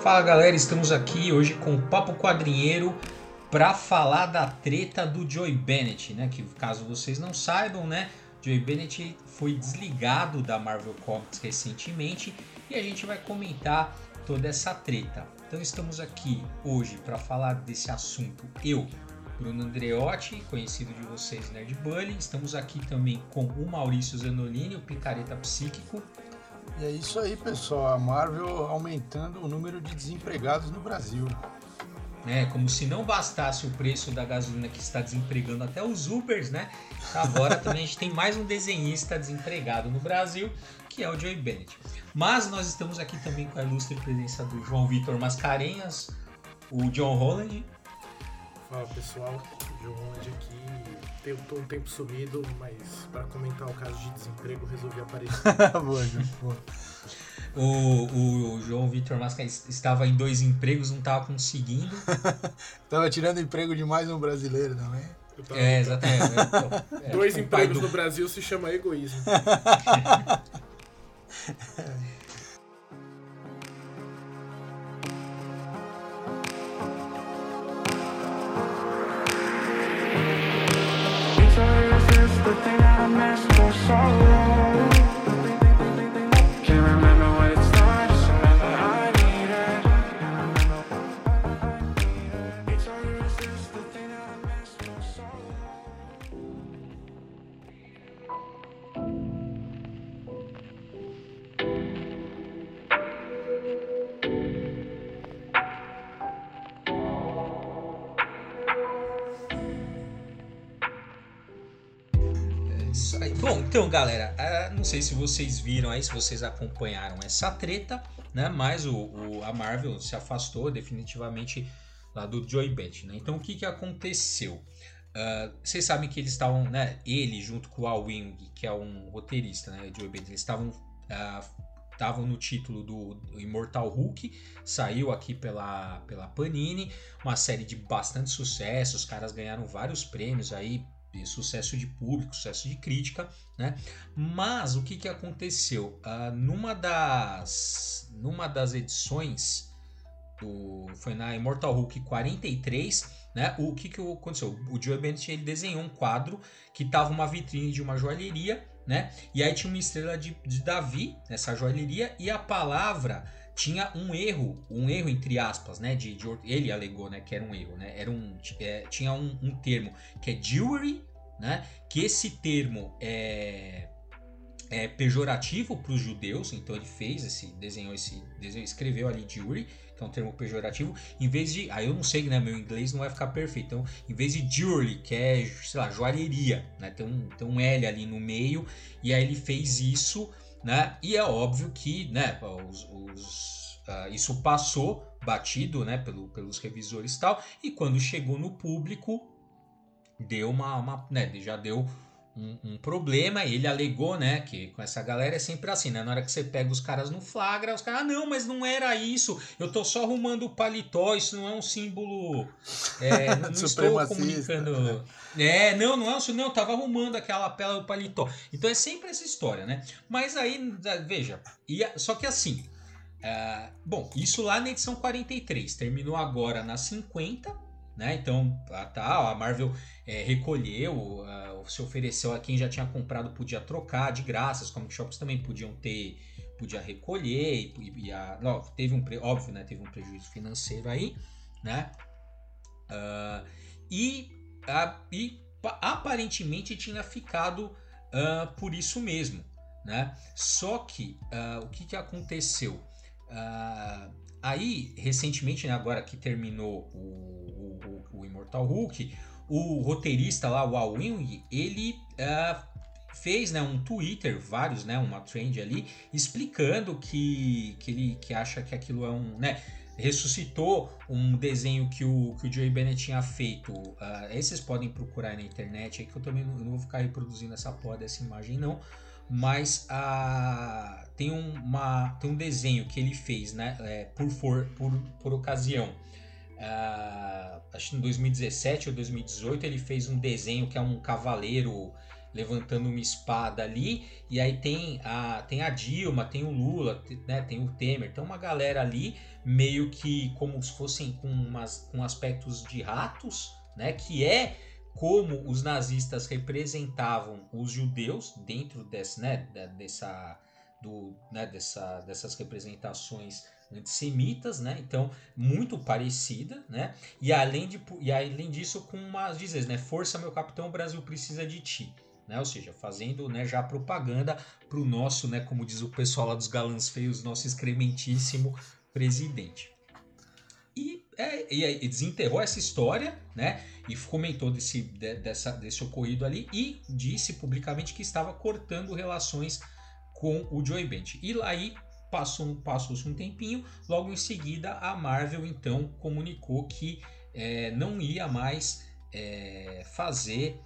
Fala galera, estamos aqui hoje com o Papo Quadrinheiro para falar da treta do Joey Bennett, né? Que caso vocês não saibam, né? Joey Bennett foi desligado da Marvel Comics recentemente e a gente vai comentar toda essa treta. Então estamos aqui hoje para falar desse assunto. Eu, Bruno Andreotti, conhecido de vocês Nerd Bully. Estamos aqui também com o Maurício Zanolini, o Picareta Psíquico. E é isso aí, pessoal. A Marvel aumentando o número de desempregados no Brasil. Como se não bastasse o preço da gasolina que está desempregando até os Ubers, né? Agora também a gente tem mais um desenhista desempregado no Brasil, que é o Joey Bennett. Mas nós estamos aqui também com a ilustre presença do João Vitor Mascarenhas, o John Holland. Fala pessoal, John Holland aqui. Eu tô um tempo sumido, mas para comentar o caso de desemprego resolvi aparecer. Boa, João. Boa. O João Vitor Mascarenhas estava em 2 empregos, não estava conseguindo. Tava tirando emprego de mais um brasileiro também. Exatamente. 2 empregos no Brasil se chama egoísmo. Bom, então galera, não sei se vocês viram aí, se vocês acompanharam essa treta, né? Mas a Marvel se afastou definitivamente lá do Joey Bennett, né? Então o que aconteceu? Vocês sabem que eles estavam, né? Ele junto com o Al Ewing, que é um roteirista, né? Joey Bennett, eles estavam no título do Immortal Hulk, saiu aqui pela Panini, uma série de bastante sucesso, os caras ganharam vários prêmios aí, sucesso de público, sucesso de crítica, né? Mas o que aconteceu? Numa das edições foi na Immortal Hulk 43, né? O que aconteceu? O Joey Bennett ele desenhou um quadro que tava uma vitrine de uma joalheria, né? E aí tinha uma estrela de Davi nessa joalheria e a palavra tinha um erro entre aspas, né? Ele alegou, né, que era um erro, né? Tinha um termo que é jewelry, né? Que esse termo é pejorativo para os judeus, então ele desenhou esse desenho, escreveu ali jewelry, que é um termo pejorativo, em vez de, eu não sei, né, meu inglês não vai ficar perfeito, então em vez de jewelry, que é, sei lá, joalheria, né, tem um L ali no meio, e aí ele fez isso, né, e é óbvio que, né, isso passou batido, né, pelos revisores e tal, e quando chegou no público, deu já deu um problema. Ele alegou, né, que com essa galera é sempre assim, né, na hora que você pega os caras no flagra, os caras, não, mas não era isso, eu tô só arrumando o paletó, isso não é um símbolo, não estou comunicando, não, eu tava arrumando aquela pela do paletó, então é sempre essa história, né, mas aí, veja, só que assim, bom, isso lá na edição 43, terminou agora na 50, né? Então a Marvel recolheu, se ofereceu a quem já tinha comprado, podia trocar de graça, os comic shops também podia recolher, teve óbvio, né? Teve um prejuízo financeiro aí, né? E aparentemente tinha ficado por isso mesmo, né? Só que o que aconteceu? Aí, recentemente, né, agora que terminou o Immortal Hulk, o roteirista lá, o Al Ewing, ele fez, né, um Twitter, vários, né, uma trend ali, explicando que ele acha que aquilo é né, ressuscitou um desenho que o Joey Bennett tinha feito. Esses podem procurar aí na internet, é que eu também não vou ficar reproduzindo essa porra dessa imagem, não. Mas tem um desenho que ele fez, né, por ocasião. Acho que em 2017 ou 2018 ele fez um desenho que é um cavaleiro levantando uma espada ali, e aí tem a Dilma, tem o Lula, né, tem o Temer, tem uma galera ali meio que como se fossem com aspectos de ratos, né, que é como os nazistas representavam os judeus dentro dessas representações antissemitas, né? Então, muito parecida, né? E além disso, com umas dizes, né? Força, meu capitão, o Brasil precisa de ti. Né? Ou seja, fazendo, né, já propaganda para o nosso, né, como diz o pessoal lá dos galãs feios, nosso excrementíssimo presidente. E desenterrou essa história, né? E comentou desse ocorrido ali e disse publicamente que estava cortando relações com o Joe Bent. E aí passou-se um tempinho, logo em seguida a Marvel então comunicou que não ia mais fazer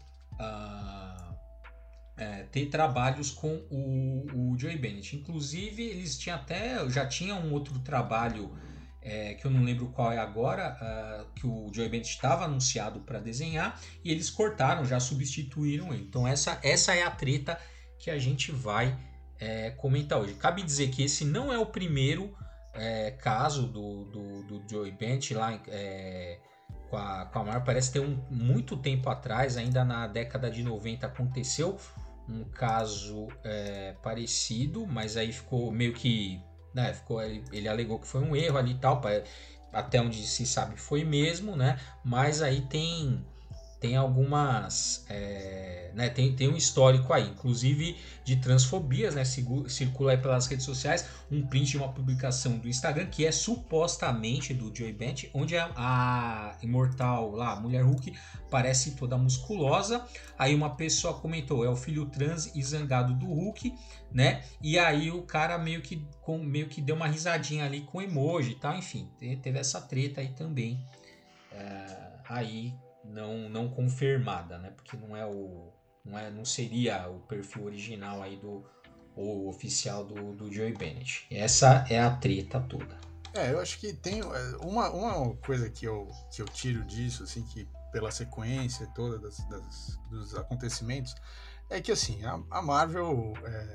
ter trabalhos com o Joe Bennett. Inclusive eles já tinham um outro trabalho que eu não lembro qual é agora, que o Joe Bennett estava anunciado para desenhar e eles cortaram, já substituíram ele. Então essa é a treta que a gente vai comentar hoje. Cabe dizer que esse não é o primeiro caso do Joe Bennett lá com a Marvel. Parece ter muito tempo atrás, ainda na década de 90, aconteceu um caso parecido, mas aí ficou meio que... Né, ele alegou que foi um erro ali e tal, até onde se sabe foi mesmo, né? Mas aí tem algumas... né, tem um histórico aí, inclusive de transfobias, né? Circula aí pelas redes sociais um print de uma publicação do Instagram que é supostamente do Joe Bent, onde a imortal lá, a mulher Hulk, parece toda musculosa. Aí uma pessoa comentou, é o filho trans e zangado do Hulk, né? E aí o cara meio que deu uma risadinha ali com emoji e tal, enfim, teve essa treta aí também. Aí não confirmada, né? Porque não seria o perfil original aí o oficial do Joe Bennett. Essa é a treta toda. Eu acho que tem uma coisa que eu tiro disso, assim, que pela sequência toda dos acontecimentos, é que assim, a Marvel,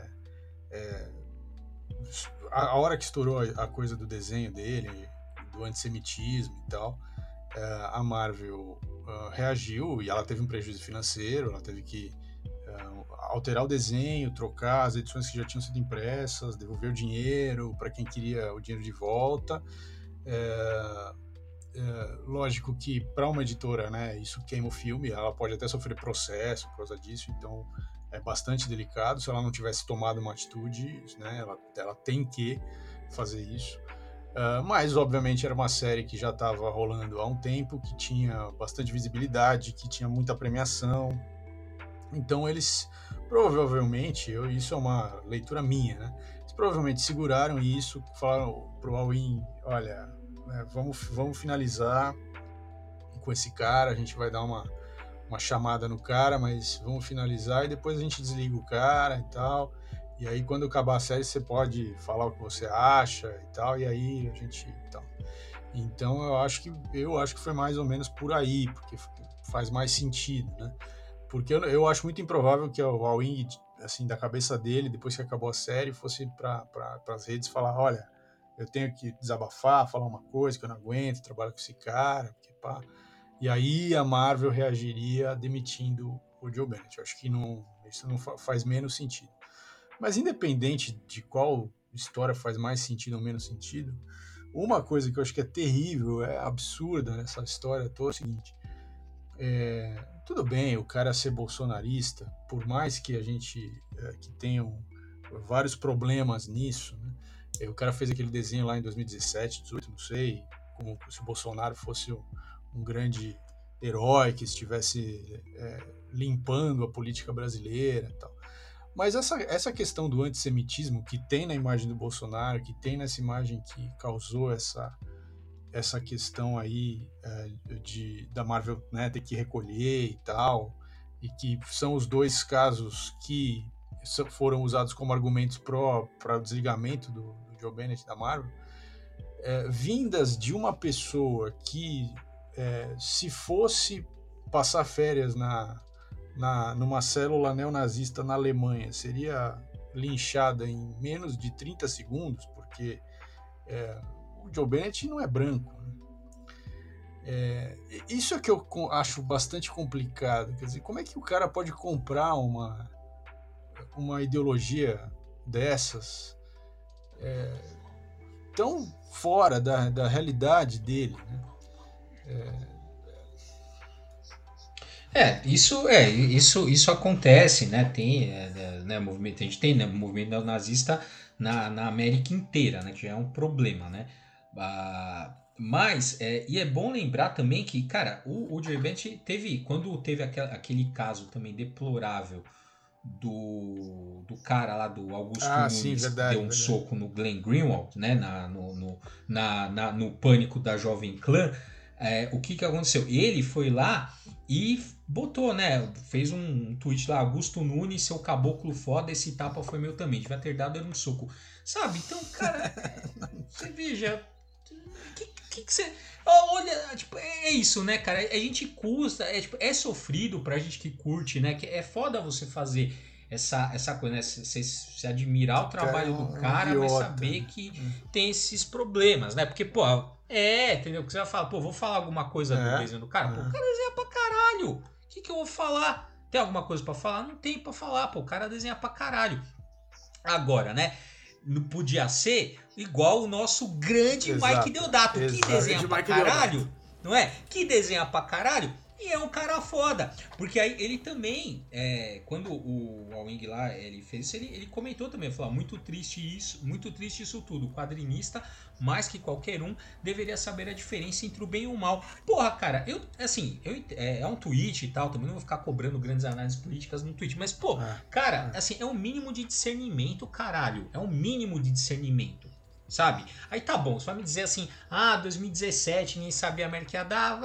a hora que estourou a coisa do desenho dele, do antissemitismo e tal, a Marvel reagiu e ela teve um prejuízo financeiro, ela teve que alterar o desenho, trocar as edições que já tinham sido impressas, devolver o dinheiro para quem queria o dinheiro de volta. Lógico que para uma editora, né, isso queima o filme, ela pode até sofrer processo por causa disso, então é bastante delicado. Se ela não tivesse tomado uma atitude, né, ela tem que fazer isso. Mas, obviamente, era uma série que já estava rolando há um tempo, que tinha bastante visibilidade, que tinha muita premiação. Então, eles provavelmente, isso é uma leitura minha, né? Eles provavelmente seguraram isso, falaram pro All-In, olha, vamos finalizar com esse cara, a gente vai dar uma chamada no cara, mas vamos finalizar e depois a gente desliga o cara e tal. E aí, quando acabar a série, você pode falar o que você acha e tal, e aí a gente... Tal. Então, eu acho que foi mais ou menos por aí, porque faz mais sentido, né? Porque eu acho muito improvável que o All-In, assim, da cabeça dele, depois que acabou a série, fosse para as redes falar, olha, eu tenho que desabafar, falar uma coisa que eu não aguento, trabalhar com esse cara, porque pá... E aí a Marvel reagiria demitindo o Joe Bennett. Eu acho que isso não faz menos sentido. Mas independente de qual história faz mais sentido ou menos sentido, uma coisa que eu acho que é terrível, é absurda nessa história toda é o seguinte: tudo bem o cara ser bolsonarista, por mais que a gente que tenham vários problemas nisso, né? O cara fez aquele desenho lá em 2017, 2018, não sei, como se o Bolsonaro fosse um grande herói que estivesse limpando a política brasileira e tal. Mas essa questão do antissemitismo que tem na imagem do Bolsonaro, que tem nessa imagem que causou essa questão aí da Marvel, né, ter que recolher e tal, e que são os dois casos que foram usados como argumentos para o desligamento do Joe Bennett da Marvel, vindas de uma pessoa que, se fosse passar férias numa célula neonazista na Alemanha seria linchada em menos de 30 segundos, porque o Joe Bennett não é branco. Isso é que eu acho bastante complicado. Quer dizer, como é que o cara pode comprar uma ideologia dessas tão fora da realidade dele, né? Isso acontece, né? Tem, né, movimento, a gente tem, né, movimento neonazista na América inteira, né? Que já é um problema, né? Mas, e é bom lembrar também que, cara, o Joe Bennett quando teve aquele caso também deplorável do cara lá, do Augusto Nunes, sim, verdade, que deu um soco no Glenn Greenwald, né? No pânico da Jovem Clã. O que aconteceu? Ele foi lá e botou, né? Fez um tweet lá: Augusto Nunes, seu caboclo foda, esse tapa foi meu também. Devia ter dado um soco. Sabe? Então, cara, você veja. Que você. Olha, tipo, é isso, né, cara? A gente custa, é sofrido pra gente que curte, né? Que é foda você fazer essa coisa, né? Você admirar o trabalho do cara, mas saber que tem esses problemas, né? Porque, pô, entendeu? Porque você vai falar, pô, vou falar alguma coisa do desenho do cara. Pô, o cara desenha pra caralho. O que eu vou falar? Tem alguma coisa pra falar? Não tem pra falar, pô, o cara desenha pra caralho. Agora, né? Não podia ser igual o nosso grande Mike Deodato, que desenha pra caralho, não é? Que desenha pra caralho e é um cara foda. Porque aí ele também, quando o All-Wing lá ele fez isso, ele comentou também, falou: muito triste isso tudo. O quadrinista, mais que qualquer um, deveria saber a diferença entre o bem e o mal. Porra, cara, é um tweet e tal, também não vou ficar cobrando grandes análises políticas no tweet, mas, pô, cara, assim, é um mínimo de discernimento, caralho. É um mínimo de discernimento, sabe? Aí tá bom, você vai me dizer assim: 2017, ninguém sabia a merda que ia dar.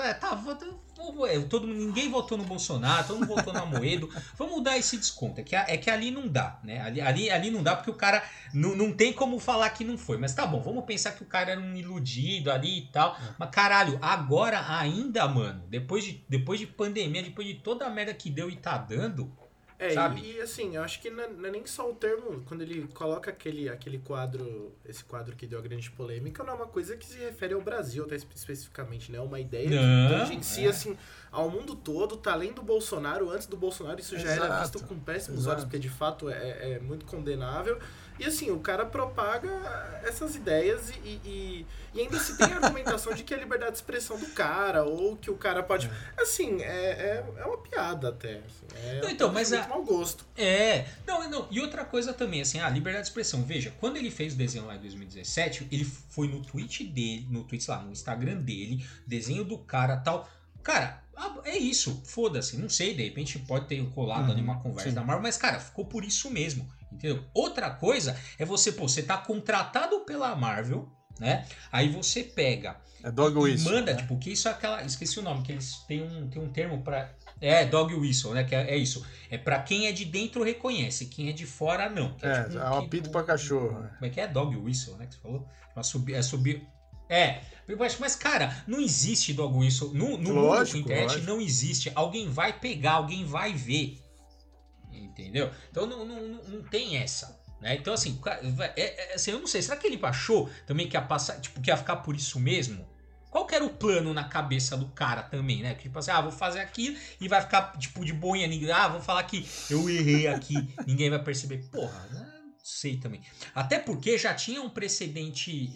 Ninguém votou no Bolsonaro, todo mundo votou no Amoedo. Vamos dar esse desconto. É que ali não dá, né? Ali não dá porque o cara não tem como falar que não foi. Mas tá bom, vamos pensar que o cara era um iludido ali e tal. Mas caralho, agora ainda, mano, depois de pandemia, depois de toda a merda que deu e tá dando. Sabe? E assim, eu acho que não é nem só o termo, quando ele coloca aquele quadro, esse quadro que deu a grande polêmica, não é uma coisa que se refere ao Brasil, até especificamente, né? É uma ideia que tangencia, assim, ao mundo todo, tá além do Bolsonaro, antes do Bolsonaro isso já era visto com péssimos olhos, porque de fato é muito condenável. E assim, o cara propaga essas ideias e ainda se tem a argumentação de que é a liberdade de expressão do cara, ou que o cara pode... Assim, é uma piada até. Assim, então, mas muito mau gosto. Não. E outra coisa também, assim, a liberdade de expressão. Veja, quando ele fez o desenho lá em 2017, ele foi no tweet dele, no Instagram dele, desenho do cara e tal. Cara, é isso, foda-se, não sei, de repente pode ter rolado ali uma conversa da Marvel, mas, cara, ficou por isso mesmo, entendeu? Outra coisa é você tá contratado pela Marvel, né? Aí você pega dog whistle, manda, né? tipo, que isso é aquela, esqueci o nome, que eles têm um termo pra... dog whistle, né? Que é isso. É pra quem é de dentro reconhece, quem é de fora não. Que é tipo um apito pra cachorro. Como é que é? Dog whistle, né? Que você falou? Subir. Mas, cara, não existe dog whistle. No mundo com internet não existe. Alguém vai pegar, alguém vai ver. Entendeu? Então não tem essa. Né? Então, assim, assim, eu não sei. Será que ele achou também que ia passar, tipo, que ia ficar por isso mesmo? Qual que era o plano na cabeça do cara também, né? Tipo assim, vou fazer aquilo e vai ficar, tipo, de boinha. Vou falar que eu errei aqui, ninguém vai perceber. Porra, não sei também. Até porque já tinha um precedente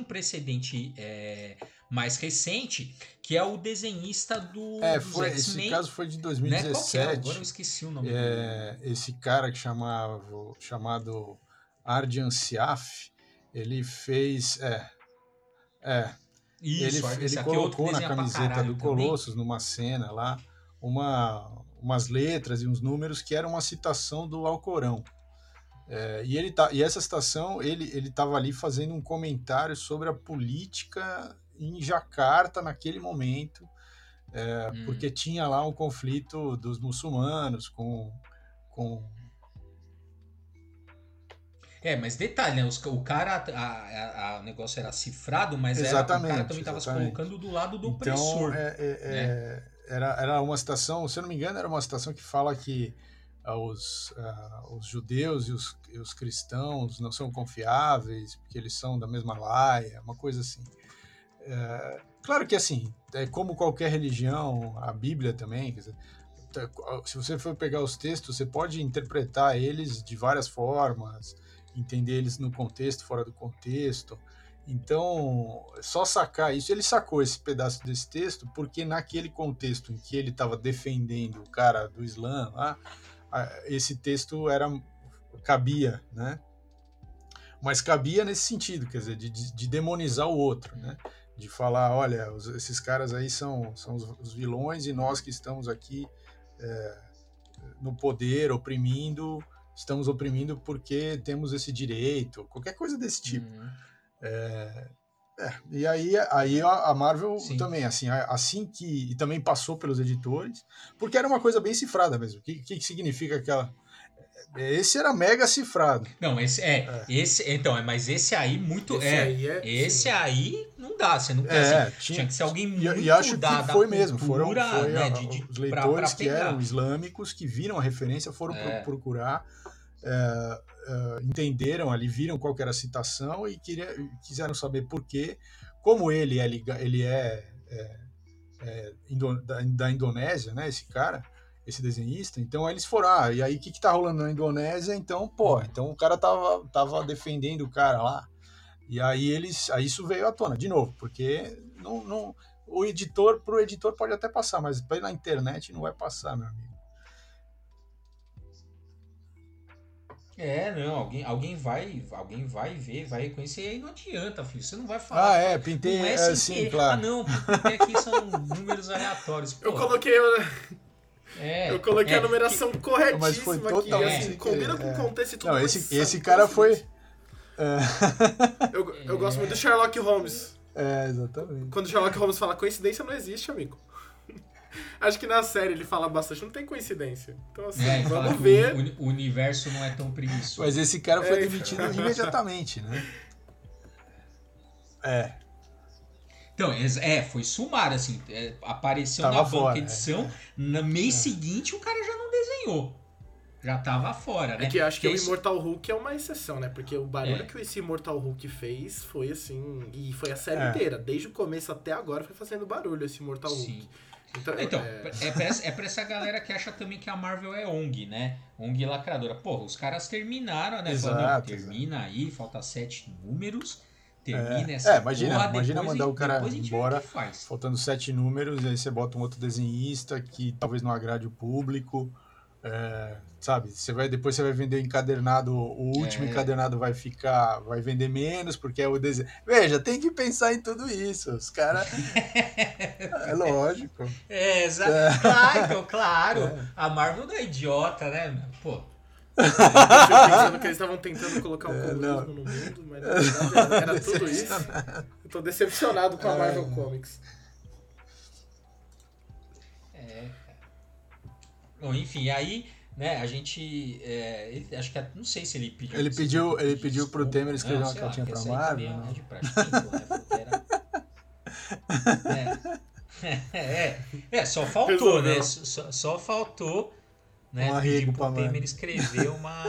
mais recente, que é o desenhista dos X-Men. Esse caso foi de 2017. Né? Qual que é? Agora eu esqueci o nome. Esse cara chamado Ardian Syaf, ele fez... Isso, ele colocou na camiseta do Colossus, numa cena lá, umas letras e uns números que eram uma citação do Alcorão. E essa citação, ele estava ali fazendo um comentário sobre a política em Jacarta naquele momento, porque tinha lá um conflito dos muçulmanos com... mas detalhe, né? O cara, o negócio era cifrado, mas o cara também estava se colocando do lado do opressor. era uma citação, se eu não me engano, era uma citação que fala que os judeus e os cristãos não são confiáveis, porque eles são da mesma laia, uma coisa assim. Claro que, assim, é como qualquer religião, a Bíblia também, quer dizer, se você for pegar os textos, você pode interpretar eles de várias formas, entender eles no contexto, fora do contexto. Então, só sacar isso. Ele sacou esse pedaço desse texto porque naquele contexto em que ele estava defendendo o cara do Islã, lá, esse texto cabia, né? Mas cabia nesse sentido, quer dizer, de demonizar o outro, né? De falar, olha, esses caras aí são os vilões e nós que estamos aqui no poder, estamos oprimindo porque temos esse direito, qualquer coisa desse tipo. E aí a Marvel também, assim que... E também passou pelos editores, porque era uma coisa bem cifrada mesmo. O que significa aquela... Esse era mega cifrado. Não, mas esse aí muito... Esse aí não dá, você não quer assim, tinha que ser alguém muito e acho que foi mesmo, foram né, os leitores que eram islâmicos, que viram a referência, foram procurar, entenderam ali, viram qual que era a citação e quiseram saber por quê. Como ele é da Indonésia, né, esse cara, esse desenhista, então eles foram, e aí o que tá rolando na Indonésia, então o cara tava defendendo o cara lá, e aí isso veio à tona, de novo, porque pro editor pode até passar, mas pela internet não vai passar, meu amigo. Alguém vai ver, vai reconhecer, e aí não adianta, filho, você não vai falar. Pintei, não assim, claro. Porque aqui são números aleatórios. Pô. Eu coloquei a numeração corretíssima, mas foi totalmente aqui, combina com o contexto e tudo. Não, esse cara foi... Eu gosto muito do Sherlock Holmes. Exatamente. Quando o Sherlock Holmes fala coincidência, não existe, amigo. Acho que na série ele fala bastante, não tem coincidência. Então, assim, vamos ver. O universo não é tão preguiçoso. Mas esse cara foi demitido imediatamente, né? Então, foi sumário, assim. Apareceu na banca edição, no mês seguinte o cara já não desenhou. Já tava fora, né? É que eu acho que o Immortal Hulk é uma exceção, né? Porque o barulho que esse Immortal Hulk fez foi assim... E foi a série inteira. Desde o começo até agora foi fazendo barulho esse Immortal Hulk. Então pra essa galera que acha também que a Marvel é ONG, né? ONG lacradora. Porra, os caras terminaram, né? Exato, termina aí, falta 7 números. Termina essa imagina mandar o cara embora, faltando 7 números, e aí você bota um outro desenhista que talvez não agrade o público. Sabe, depois você vai vender encadernado, o último encadernado vai vender menos, porque é o desenho. Veja, tem que pensar em tudo isso, os caras... É lógico. Exato. Claro. A Marvel não é idiota, né? Pô. Eu pensando que eles estavam tentando colocar o comunismo no mundo, mas na verdade era tudo isso. Eu tô decepcionado com a Marvel Comics. Bom, enfim, aí, né, a gente... acho que... Não sei se ele pediu... Ele pediu pro Temer escrever uma cartinha pra Marvel. Só faltou, né? Só faltou, né? Pedir pro Temer escrever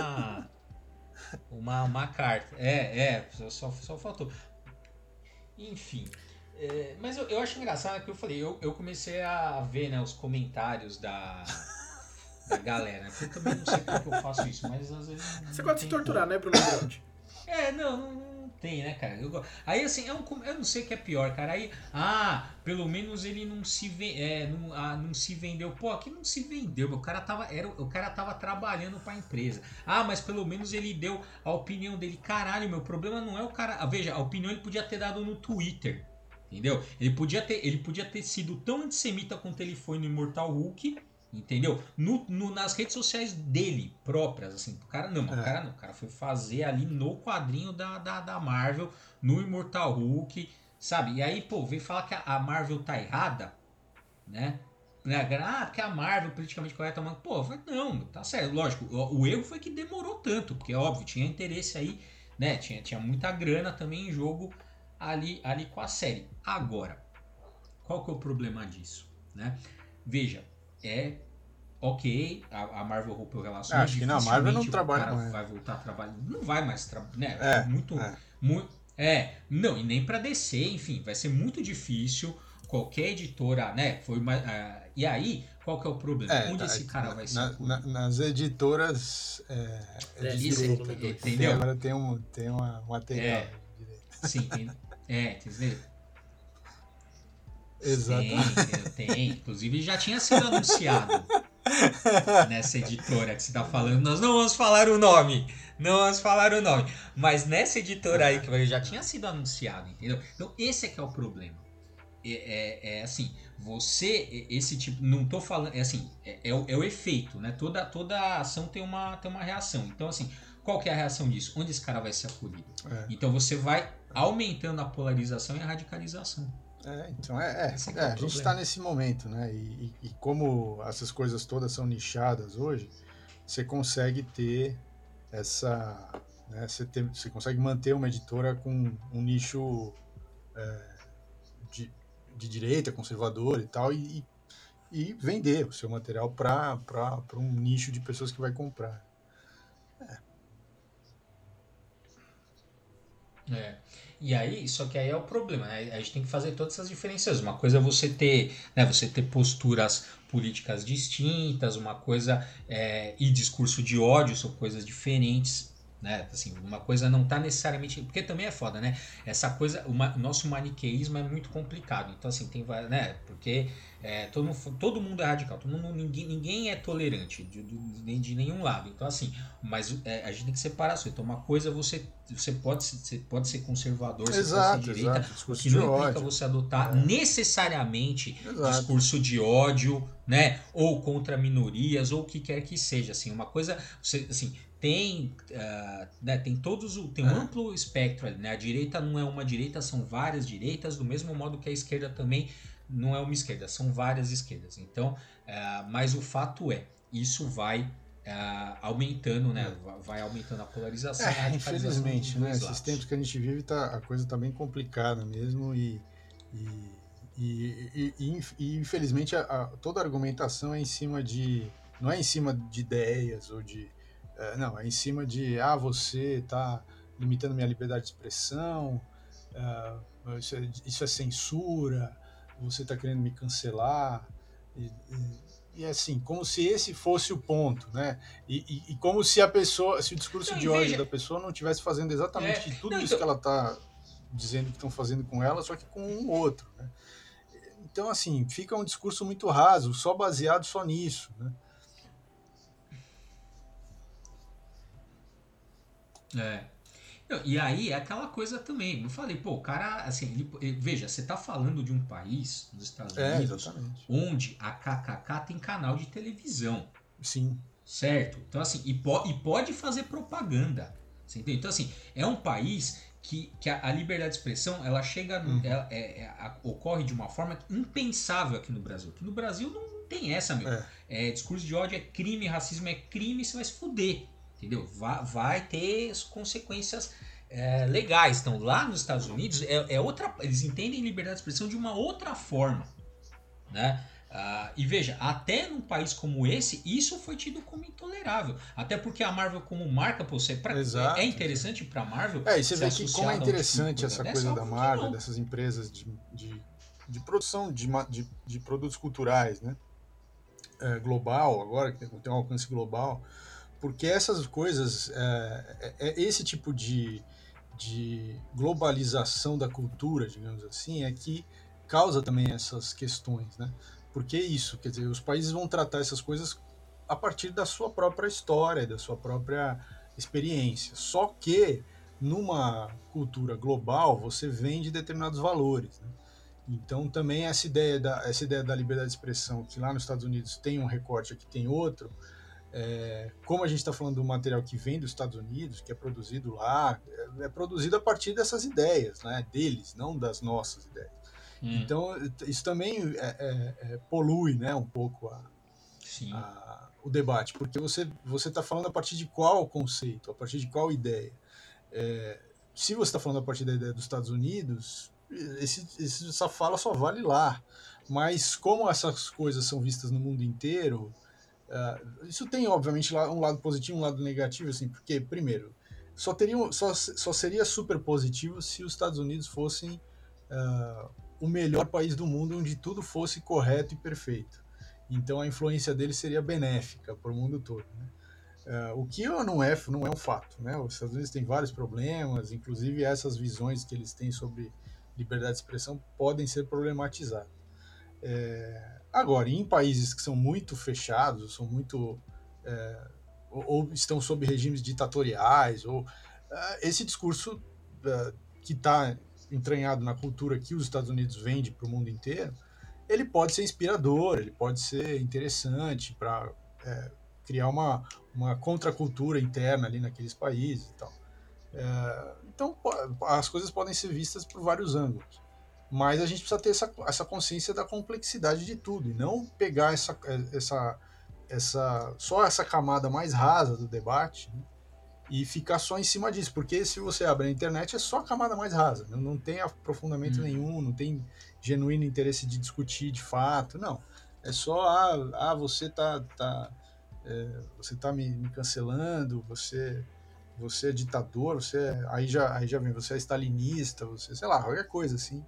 uma carta. Só faltou. Enfim... mas eu acho engraçado que eu falei, eu comecei a ver, né, os comentários da galera. Eu também não sei como que eu faço isso, mas às vezes... Você gosta de se torturar, né, Bruno Grande? Não tem, né, cara? Aí, assim, eu não sei o que é pior, cara. Aí, pelo menos ele não se vendeu. Pô, aqui não se vendeu. O cara tava trabalhando pra empresa. Mas pelo menos ele deu a opinião dele. Caralho, meu problema não é o cara... Veja, a opinião ele podia ter dado no Twitter. Entendeu? Ele podia ter sido tão antissemita quanto ele foi no Immortal Hulk, entendeu? Nas redes sociais dele próprias, assim. O cara não. O cara foi fazer ali no quadrinho da Marvel, no Immortal Hulk, sabe? E aí, pô, veio falar que a Marvel tá errada, né? Porque a Marvel politicamente correta, mas, pô, não, tá certo. Lógico, o erro foi que demorou tanto, porque, óbvio, tinha interesse aí, né? Tinha muita grana também em jogo ali com a série. Agora, qual que é o problema disso, né? veja, ok, a Marvel rompeu relações. Acho que na Marvel não trabalha mais. Vai voltar a trabalhar. Não vai mais trabalhar, né? Muito. Não, e nem pra DC, enfim, vai ser muito difícil qualquer editora, né? E aí, qual que é o problema? Onde esse cara vai ser? Nas editoras. Entendeu? Agora tem uma material. Sim, entendeu? Exatamente. Tem. Inclusive já tinha sido anunciado nessa editora que você tá falando. Nós não vamos falar o nome. Mas nessa editora aí que já tinha sido anunciado, entendeu? Então esse é que é o problema. Assim, esse tipo, não tô falando, é o efeito, né? Toda ação tem uma reação. Então assim, qual que é a reação disso? Onde esse cara vai ser acolhido? Então você vai aumentando a polarização e a radicalização. Então a gente está nesse momento, né? E como essas coisas todas são nichadas hoje, você consegue ter essa, né? Você consegue manter uma editora com um nicho de direita, conservador e tal, e vender o seu material para um nicho de pessoas que vai comprar. E aí, só que aí é o problema, né? A gente tem que fazer todas essas diferenças. Uma coisa é você ter posturas políticas distintas, uma coisa e discurso de ódio são coisas diferentes, né? Assim, uma coisa não tá necessariamente, porque também é foda, né? Essa coisa, o nosso maniqueísmo é muito complicado. Então assim, né? Porque todo mundo é radical, ninguém é tolerante de nenhum lado. Então assim, mas a gente tem que separar isso. Então uma coisa você pode ser conservador, você pode ser direita, o que não implica você adotar necessariamente discurso de ódio, né? Ou contra minorias, ou o que quer que seja. Assim, uma coisa, assim, tem um amplo espectro ali, né? A direita não é uma direita, são várias direitas, do mesmo modo que a esquerda também não é uma esquerda, são várias esquerdas. Então, mas o fato isso vai aumentando, né? Vai aumentando a polarização. A infelizmente, né? Esses tempos que a gente vive, a coisa está bem complicada mesmo e infelizmente toda a argumentação é em cima não é em cima de ideias ou de não, é em cima de você está limitando minha liberdade de expressão, isso é censura, você está querendo me cancelar, e assim, como se esse fosse o ponto, né? E como se se o discurso de ódio da pessoa não estivesse fazendo exatamente tudo isso que ela está dizendo que estão fazendo com ela, só que com um outro, né? Então, assim, fica um discurso muito raso, só baseado só nisso, né? E aí é aquela coisa também. Eu falei, o cara, assim, veja, você tá falando de um país, nos Estados Unidos, onde a KKK tem canal de televisão. Sim. Certo? Então, assim, e pode fazer propaganda. Você entende? Então, assim, é um país que a liberdade de expressão, ela chega, ocorre de uma forma impensável aqui no Brasil. Aqui no Brasil não tem essa, meu. Discurso de ódio é crime, racismo é crime, você vai se fuder. Entendeu? Vai ter consequências legais. Então, lá nos Estados Unidos, eles entendem liberdade de expressão de uma outra forma. Né? E veja, até num país como esse, isso foi tido como intolerável. Até porque a Marvel, como marca, é interessante para a Marvel. E você vê que como é interessante essa coisa da Marvel, dessas empresas de produção de produtos culturais, né? Global, agora que tem um alcance global. Porque essas coisas, esse tipo de globalização da cultura, digamos assim, é que causa também essas questões, né? Porque isso, quer dizer, os países vão tratar essas coisas a partir da sua própria história, da sua própria experiência. Só que numa cultura global você vende determinados valores, né? Então também essa ideia da liberdade de expressão, que lá nos Estados Unidos tem um recorte, aqui tem outro. Como a gente está falando do material que vem dos Estados Unidos, que é produzido lá, é produzido a partir dessas ideias, né, deles, não das nossas ideias. Então, isso também polui, né, um pouco o debate, porque você está falando a partir de qual conceito, a partir de qual ideia. Se você está falando a partir da ideia dos Essa fala só vale lá. Mas como essas coisas são vistas no mundo inteiro, isso tem, obviamente, um lado positivo e um lado negativo, assim, porque, primeiro, só seria super positivo se os Estados Unidos fossem o melhor país do mundo, onde tudo fosse correto e perfeito. Então a influência deles seria benéfica para o mundo todo, né? O que não é um fato, né? Os Estados Unidos têm vários problemas, inclusive essas visões que eles têm sobre liberdade de expressão podem ser problematizadas. Agora, em países que são muito fechados, são muito ou estão sob regimes ditatoriais, esse discurso que está entranhado na cultura que os Estados Unidos vende para o mundo inteiro, ele pode ser inspirador, ele pode ser interessante para criar uma contracultura interna ali naqueles países e tal. Então, as coisas podem ser vistas por vários ângulos. Mas a gente precisa ter essa consciência da complexidade de tudo, e não pegar só essa camada mais rasa do debate, né, e ficar só em cima disso. Porque se você abre a internet, é só a camada mais rasa. Não tem aprofundamento nenhum, não tem genuíno interesse de discutir de fato. Não. É só, você tá me cancelando, você é ditador, aí já vem, você é stalinista, você, sei lá, qualquer coisa assim.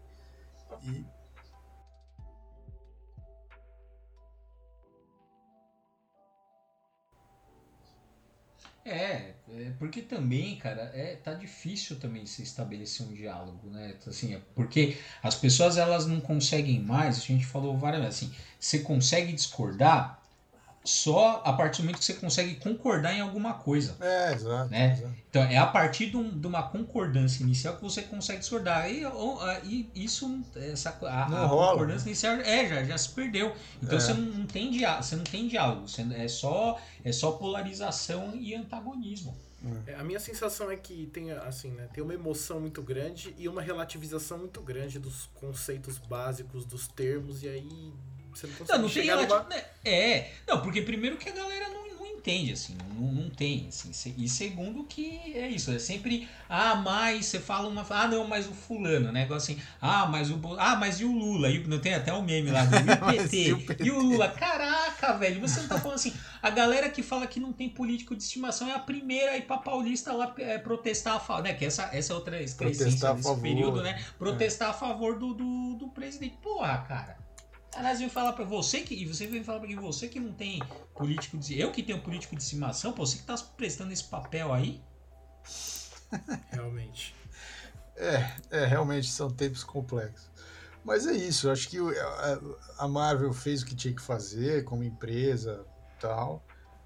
Porque também, cara, tá difícil também se estabelecer um diálogo, né? Assim, porque as pessoas, elas não conseguem mais, a gente falou várias vezes, assim, você consegue discordar só a partir do momento que você consegue concordar em alguma coisa. Exato. Né? Exato. Então, é a partir de uma concordância inicial que você consegue discordar. E isso, a concordância inicial já se perdeu. Então, você não tem diálogo. É só polarização e antagonismo. A minha sensação é que tem, assim, né, tem uma emoção muito grande e uma relativização muito grande dos conceitos básicos, dos termos, e aí você não consegue chegar numa... Não, porque primeiro que a galera não entende, assim, não tem, assim, e segundo que é isso, é sempre, mas você fala mas o fulano, né, assim, mas e o Lula, não tem até o meme lá do PT, e o Lula, caraca, velho, você não tá falando assim, a galera que fala que não tem político de estimação é a primeira a ir pra Paulista lá protestar a favor, né, que essa é outra excrescência desse período, né, protestar a favor do presidente, porra, cara. Aliás, vem falar pra você que você que não tem político de... Eu que tenho político de estimação, você que tá prestando esse papel aí? Realmente. Realmente são tempos complexos. Mas é isso, eu acho que a Marvel fez o que tinha que fazer como empresa e tal.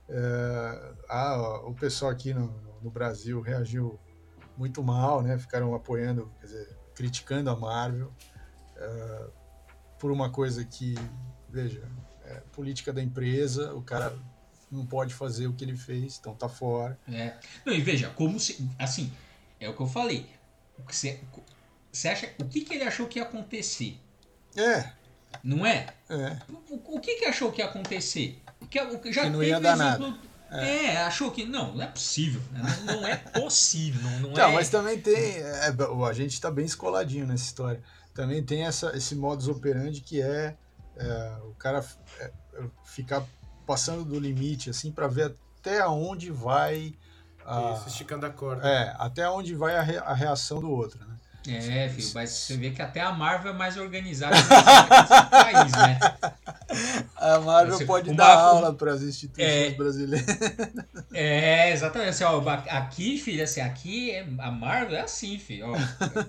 O pessoal aqui no Brasil reagiu muito mal, né? Ficaram apoiando, quer dizer, criticando a Marvel. Por uma coisa que, veja, política da empresa, o cara não pode fazer o que ele fez, então tá fora. Não, e veja, como se, assim, é o que eu falei, você acha, o que ele achou que ia acontecer? Não é? O que achou que ia acontecer? Já que não ia dar nada. Achou que não é possível, não é possível, não então, mas também tem, a gente tá bem escoladinho nessa história. Também tem esse modus operandi que o cara ficar passando do limite, assim, para ver até onde vai... Isso, esticando a corda. Até onde vai a reação do outro, né? Filho, mas você vê que até a Marvel é mais organizada nesse país, né? A Marvel pode dar aula para as instituições brasileiras. Exatamente. Assim, ó, aqui, filho, assim, aqui a Marvel é assim, filho. Ó,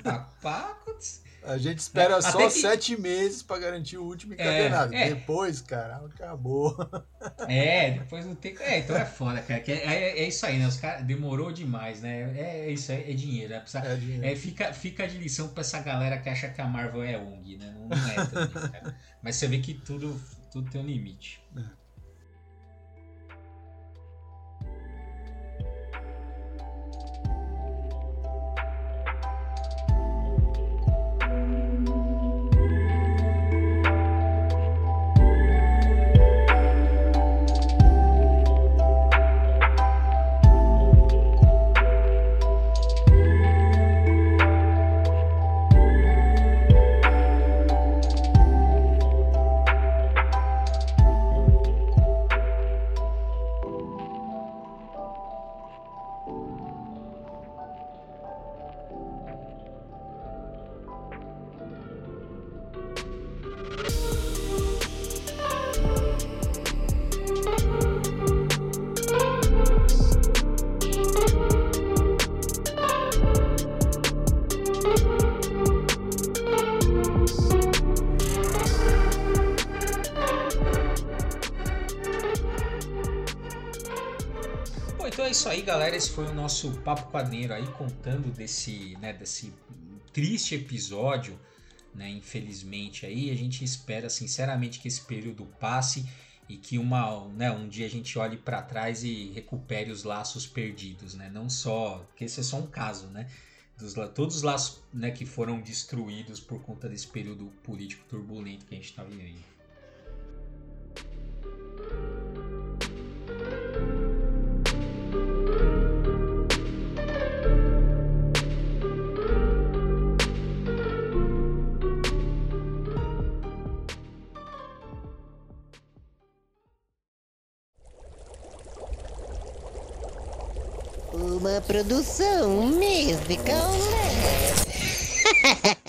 a gente espera só 7 meses para garantir o último encadernado. Depois, cara, acabou. Depois não tem... então é foda, cara. É isso aí, né? Os caras demorou demais, né? É isso aí, é dinheiro. Dinheiro. Fica de lição pra essa galera que acha que a Marvel é ONG, né? Não é também, cara. Mas você vê que tudo tem um limite. Bom, então é isso aí, galera. Esse foi o nosso Papo Quadrinheiro aí, contando desse triste episódio, né? Infelizmente aí, a gente espera sinceramente que esse período passe e que um dia a gente olhe para trás e recupere os laços perdidos, né? Não só, porque esse é só um caso, né? Todos os laços, né, que foram destruídos por conta desse período político turbulento que a gente está vivendo. Uma produção musical.